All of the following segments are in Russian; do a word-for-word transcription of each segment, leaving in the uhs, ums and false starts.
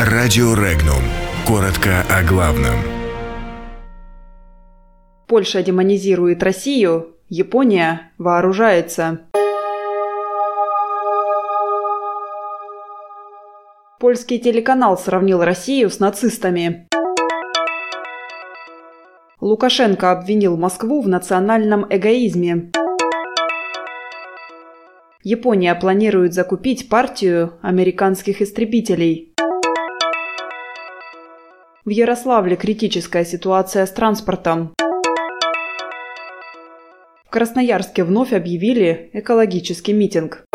Радио Регнум. Коротко о главном. Польша демонизирует Россию, Япония вооружается. Польский телеканал сравнил Россию с нацистами. Лукашенко обвинил Москву в национальном эгоизме. Япония планирует закупить партию американских истребителей. В Ярославле критическая ситуация с транспортом. В Красноярске вновь объявили экологический митинг.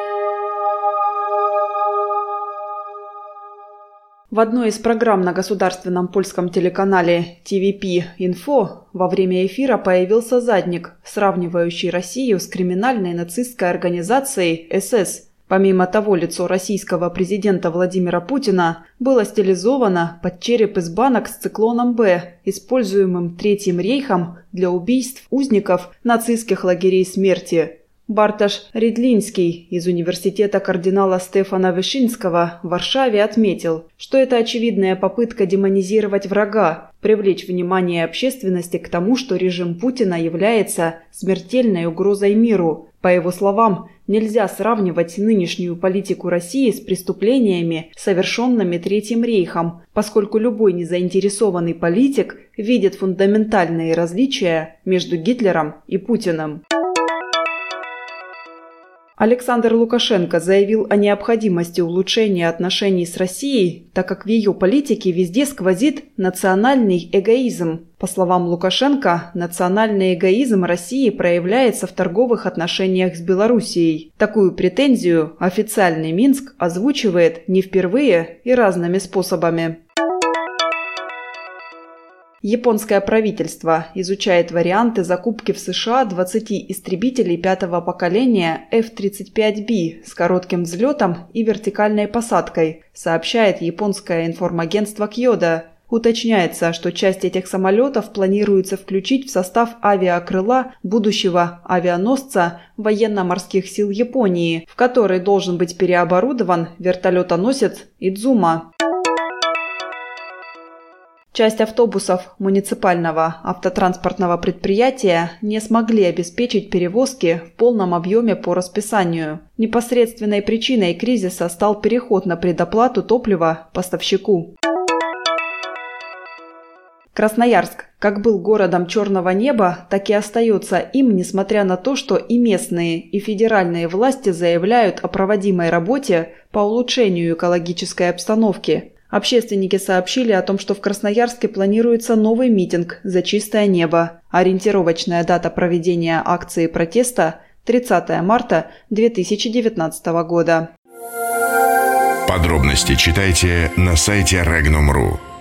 В одной из программ на государственном польском телеканале ти ви пи-Инфо во время эфира появился задник, сравнивающий Россию с криминальной нацистской организацией эс эс. Помимо того, лицо российского президента Владимира Путина было стилизовано под череп из банок с циклоном Б, используемым Третьим рейхом для убийств узников нацистских лагерей смерти. Бартош Рідлінський из университета кардинала Стефана Вышинского в Варшаве отметил, что это очевидная попытка демонизировать врага, привлечь внимание общественности к тому, что режим Путина является смертельной угрозой миру. По его словам, нельзя сравнивать нынешнюю политику России с преступлениями, совершенными Третьим рейхом, поскольку любой незаинтересованный политик видит фундаментальные различия между Гитлером и Путиным. Александр Лукашенко заявил о необходимости улучшения отношений с Россией, так как в ее политике везде сквозит национальный эгоизм. По словам Лукашенко, национальный эгоизм России проявляется в торговых отношениях с Белоруссией. Такую претензию официальный Минск озвучивает не впервые и разными способами. Японское правительство изучает варианты закупки в США двадцати истребителей пятого поколения эф тридцать пять би с коротким взлетом и вертикальной посадкой, сообщает японское информагентство Кьёдо. Уточняется, что часть этих самолетов планируется включить в состав авиакрыла будущего авианосца военно-морских сил Японии, в который должен быть переоборудован вертолетоносец «Идзума». Часть автобусов муниципального автотранспортного предприятия не смогли обеспечить перевозки в полном объеме по расписанию. Непосредственной причиной кризиса стал переход на предоплату топлива поставщику. Красноярск как был городом черного неба, так и остается им, несмотря на то, что и местные, и федеральные власти заявляют о проводимой работе по улучшению экологической обстановки. Общественники сообщили о том, что в Красноярске планируется новый митинг за чистое небо. Ориентировочная дата проведения акции протеста – тридцатое марта две тысячи девятнадцатого года. Подробности читайте на сайте регнум точка ру.